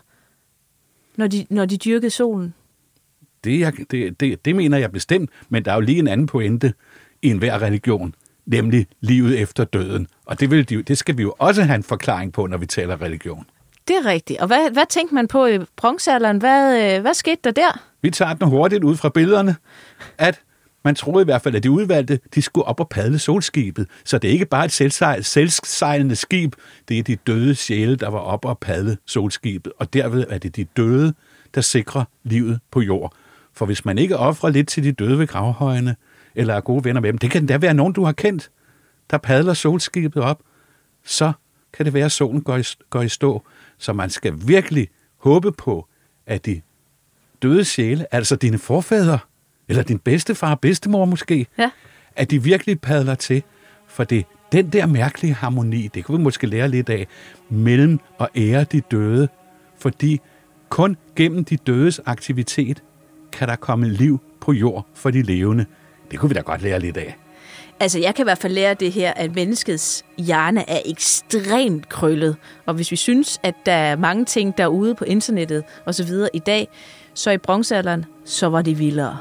Når de, når de dyrkede solen? Det, det, det, det mener jeg bestemt, men der er jo lige en anden pointe i enhver religion, nemlig livet efter døden. Og det, vil de, det skal vi jo også have en forklaring på, når vi taler religion. Det er rigtigt. Og hvad, hvad tænkte man på i bronzealderen? Hvad, hvad skete der der? Vi tager den hurtigt ud fra billederne, at man troede i hvert fald, at de udvalgte, de skulle op og padle solskibet. Så det er ikke bare et selvsejl, selvsejlende skib, det er de døde sjæle, der var op og padle solskibet. Og derved er det de døde, der sikrer livet på jord. For hvis man ikke offrer lidt til de døde ved gravhøjene, eller er gode venner med dem, det kan da være nogen, du har kendt, der padler solskibet op, så kan det være, at solen går i, går i stå. Så man skal virkelig håbe på, at de døde sjæle, altså dine forfædre, eller din bedstefar og bedstemor måske, ja. at de virkelig padler til. For det den der mærkelige harmoni, det kan vi måske lære lidt af, mellem at ære de døde, fordi kun gennem de dødes aktivitet kan der komme liv på jord for de levende. Det kunne vi da godt lære lidt af. Altså, jeg kan i hvert fald lære det her, at menneskets hjerne er ekstremt krøllet. Og hvis vi synes, at der er mange ting derude på internettet og så videre i dag, så i bronzealderen, så var det vildere.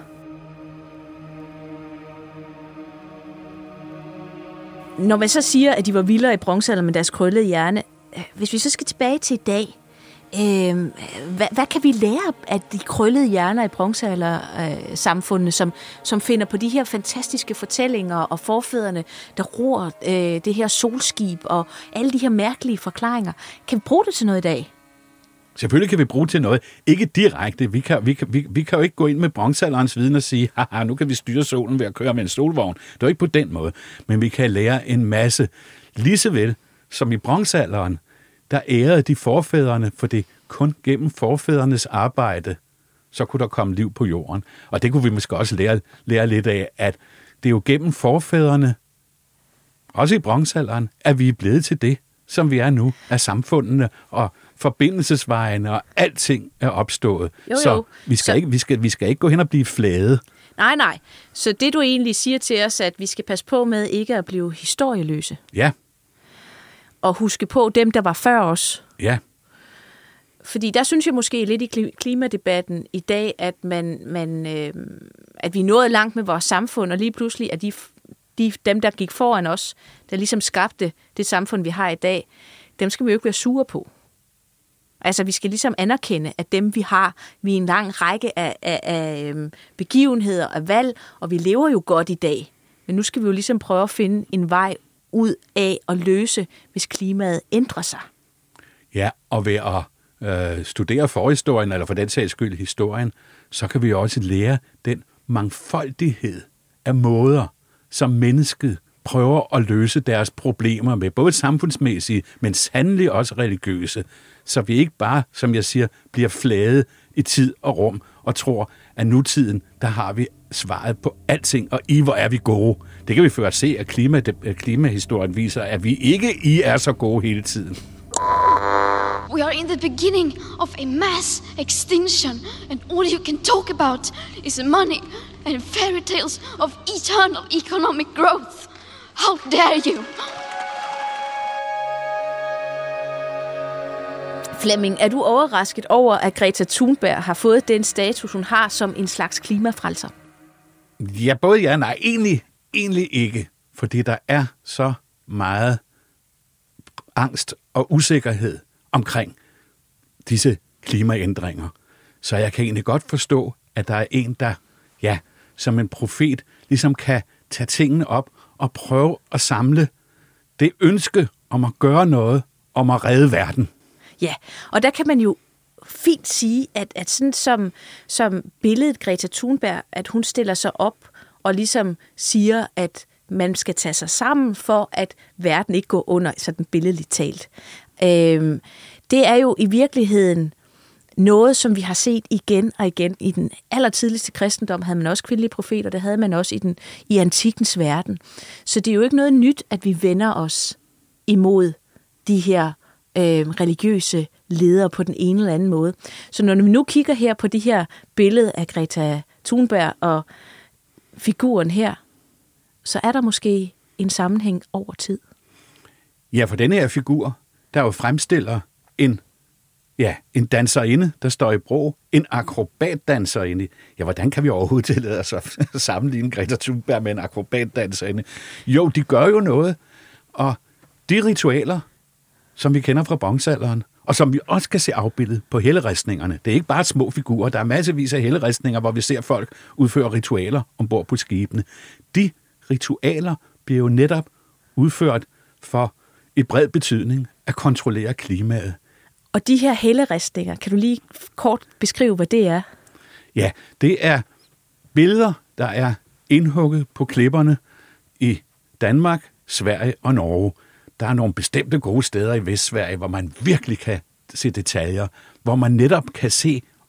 Når man så siger, at de var vildere i bronzealderen med deres krøllede hjerne, hvis vi så skal tilbage til i dag, øh, hvad, hvad kan vi lære af de krøllede hjerner i bronzealder-samfundene, øh, som, som finder på de her fantastiske fortællinger og forfædrene, der ror øh, det her solskib og alle de her mærkelige forklaringer? Kan vi bruge det til noget i dag? Selvfølgelig kan vi bruge til noget. Ikke direkte. Vi kan, vi kan, vi, vi kan jo ikke gå ind med bronzealderens viden og sige, haha, nu kan vi styre solen ved at køre med en solvogn. Det er jo ikke på den måde. Men vi kan lære en masse. Lige så vel som i bronzealderen, der ærede de forfædrene, for det kun gennem forfædrenes arbejde, så kunne der komme liv på jorden. Og det kunne vi måske også lære, lære lidt af, at det er jo gennem forfædrene, også i bronzealderen, at vi er blevet til det, som vi er nu, af samfundene og forbindelsesvejene og alting er opstået. Jo, jo. Så, vi skal, så... Ikke, vi, skal, vi skal ikke gå hen og blive flade. Nej, nej. Så det du egentlig siger til os, at vi skal passe på med ikke at blive historieløse. Ja. Og huske på dem, der var før os. Ja. Fordi der synes jeg måske lidt i klimadebatten i dag, at, man, man, øh, at vi er nået langt med vores samfund, og lige pludselig er de, de, dem, der gik foran os, der ligesom skabte det samfund, vi har i dag, dem skal vi jo ikke være sure på. Altså, vi skal ligesom anerkende, at dem, vi har, vi er en lang række af, af, af begivenheder og valg, og vi lever jo godt i dag. Men nu skal vi jo ligesom prøve at finde en vej ud af at løse, hvis klimaet ændrer sig. Ja, og ved at øh, studere forhistorien, eller for den sags skyld historien, så kan vi også lære den mangfoldighed af måder, som mennesket prøver at løse deres problemer med, både samfundsmæssige, men sandelig også religiøse, så vi ikke bare, som jeg siger, bliver flade i tid og rum og tror, at nutiden, der har vi svaret på alting, og i hvor er vi gode. Det kan vi først se, at klima, klimahistorien viser, at vi ikke i er så gode hele tiden. We are in the beginning of a mass extinction, and all you can talk about is money and fairy tales of eternal economic growth. How dare you? Flemming, er du overrasket over, at Greta Thunberg har fået den status, hun har som en slags klimafrelser? Ja, både ja og nej. Egentlig, egentlig ikke, fordi der er så meget angst og usikkerhed omkring disse klimaændringer. Så jeg kan egentlig godt forstå, at der er en, der, ja, som en profet, ligesom kan tage tingene op og prøve at samle det ønske om at gøre noget, om at redde verden. Ja, og der kan man jo fint sige, at, at sådan som, som billedet Greta Thunberg, at hun stiller sig op og ligesom siger, at man skal tage sig sammen for, at verden ikke går under, sådan billedligt talt. Øhm, det er jo i virkeligheden noget, som vi har set igen og igen. I den allertidligste kristendom havde man også kvindelige profeter, det havde man også i, den, i antikkens verden. Så det er jo ikke noget nyt, at vi vender os imod de her øh, religiøse ledere på den ene eller anden måde. Så når vi nu kigger her på det her billede af Greta Thunberg og figuren her, så er der måske en sammenhæng over tid. Ja, for denne her figur, der jo fremstiller en, ja, en danserinde, der står i bro, en akrobatdanserinde. Ja, hvordan kan vi overhovedet tillade os at sammenligne Greta Thunberg med en akrobatdanserinde? Jo, de gør jo noget, og de ritualer, som vi kender fra bronzealderen, og som vi også kan se afbildet på helleristningerne. Det er ikke bare små figurer, der er massevis af helleristninger, hvor vi ser folk udføre ritualer ombord på skibene. De ritualer bliver jo netop udført for i bred betydning at kontrollere klimaet. Og de her helleristninger, kan du lige kort beskrive, hvad det er? Ja, det er billeder, der er indhugget på klipperne i Danmark, Sverige og Norge. Der er nogle bestemte gode steder i Vestsverige, hvor man virkelig kan se detaljer, hvor man netop kan se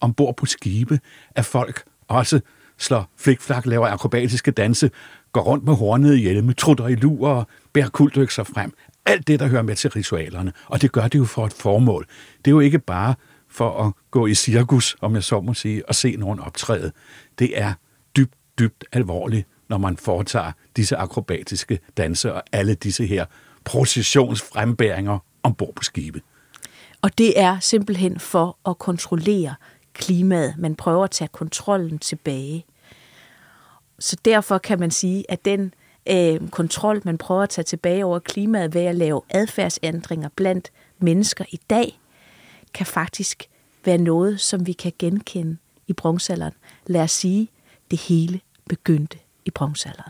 ombord på skibe, at folk også slår flikflak, laver akrobatiske danse, går rundt med hornede hjelme, trutter i luer og bærer kuldøkser frem. Alt det, der hører med til ritualerne. Og det gør det jo for et formål. Det er jo ikke bare for at gå i cirkus, om jeg så må sige, og se nogen optræde. Det er dybt, dybt alvorligt, når man foretager disse akrobatiske danse og alle disse her processionsfrembæringer ombord på skibe. Og det er simpelthen for at kontrollere klimaet. Man prøver at tage kontrollen tilbage. Så derfor kan man sige, at den øh, kontrol, man prøver at tage tilbage over klimaet ved at lave adfærdsændringer blandt mennesker i dag, kan faktisk være noget, som vi kan genkende i bronzealderen. Lad os sige, det hele begyndte i bronzealderen.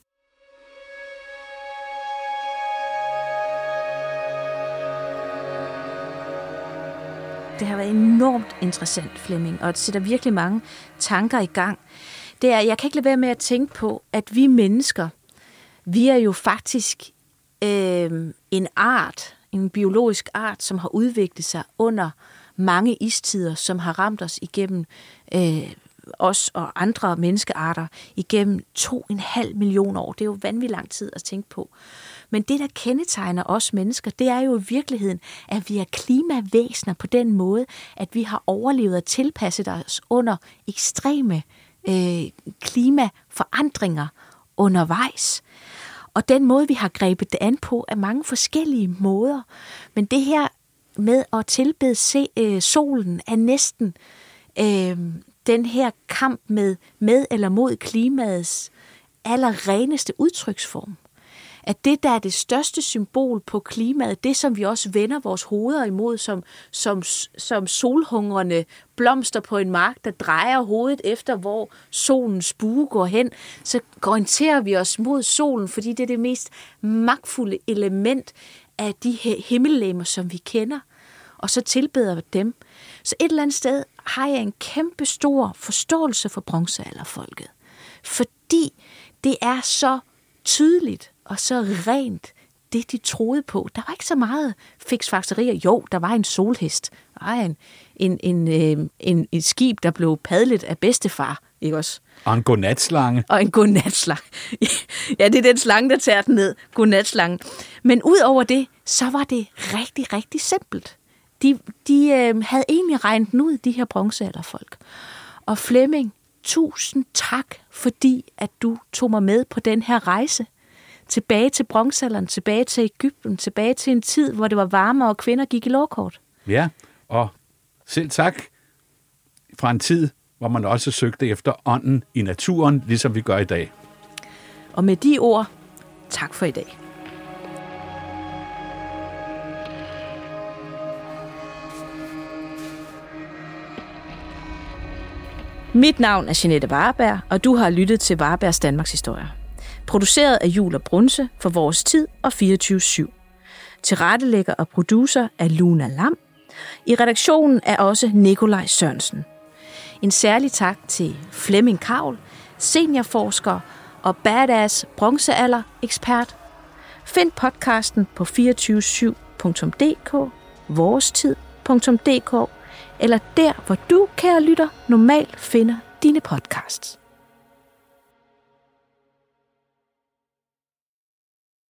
Det har været enormt interessant, Flemming, og det sætter virkelig mange tanker i gang. Det er, jeg kan ikke lade være med at tænke på, at vi mennesker, vi er jo faktisk øh, en art, en biologisk art, som har udviklet sig under mange istider, som har ramt os igennem øh, os og andre menneskearter igennem to og en halv million år. Det er jo vanvittigt lang tid at tænke på. Men det, der kendetegner os mennesker, det er jo i virkeligheden, at vi er klimavæsener på den måde, at vi har overlevet og tilpasset os under ekstreme øh, klimaforandringer undervejs. Og den måde, vi har grebet det an på, er mange forskellige måder. Men det her med at tilbede se, øh, solen er næsten øh, den her kamp med, med eller mod klimaets allerreneste udtryksform. At det, der er det største symbol på klimaet, det som vi også vender vores hoveder imod, som, som, som solhungrende blomster på en mark, der drejer hovedet efter, hvor solens bue går hen, så orienterer vi os mod solen, fordi det er det mest magtfulde element af de himmellegemer, som vi kender, og så tilbeder vi dem. Så et eller andet sted har jeg en kæmpe stor forståelse for bronzealderfolket, fordi det er så tydeligt og så rent, det de troede på. Der var ikke så meget fiksfakserier. Jo, der var en solhest. Der var en, en, en, en, en, et skib, der blev padlet af bedstefar. Ikke også? Og en godnatslange. Og en godnatslange. Ja, det er den slange, der tager den ned. Godnatslangen. Men ud over det, så var det rigtig, rigtig simpelt. De, de øh, havde egentlig regnet den ud, de her bronzealderfolk. Og Flemming, tusind tak, fordi at du tog mig med på den her rejse. Tilbage til bronzealderen, tilbage til Egypten, tilbage til en tid, hvor det var varmere, og kvinder gik i lårkort. Ja, og selv tak fra en tid, hvor man også søgte efter ånden i naturen, ligesom vi gør i dag. Og med de ord, tak for i dag. Mit navn er Jeanette Varberg, og du har lyttet til Varbergs Danmarks Historie. Produceret af Jul og Brunse for Vores Tid og fireogtyve syv. Tilrettelægger og producer er Luna Lam. I redaktionen er også Nikolaj Sørensen. En særlig tak til Flemming Kavl, seniorforsker og badass bronzealder-ekspert. Find podcasten på fireogtyve syv punktum d k, vorestid punktum d k eller der, hvor du, kære lytter, normalt finder dine podcasts.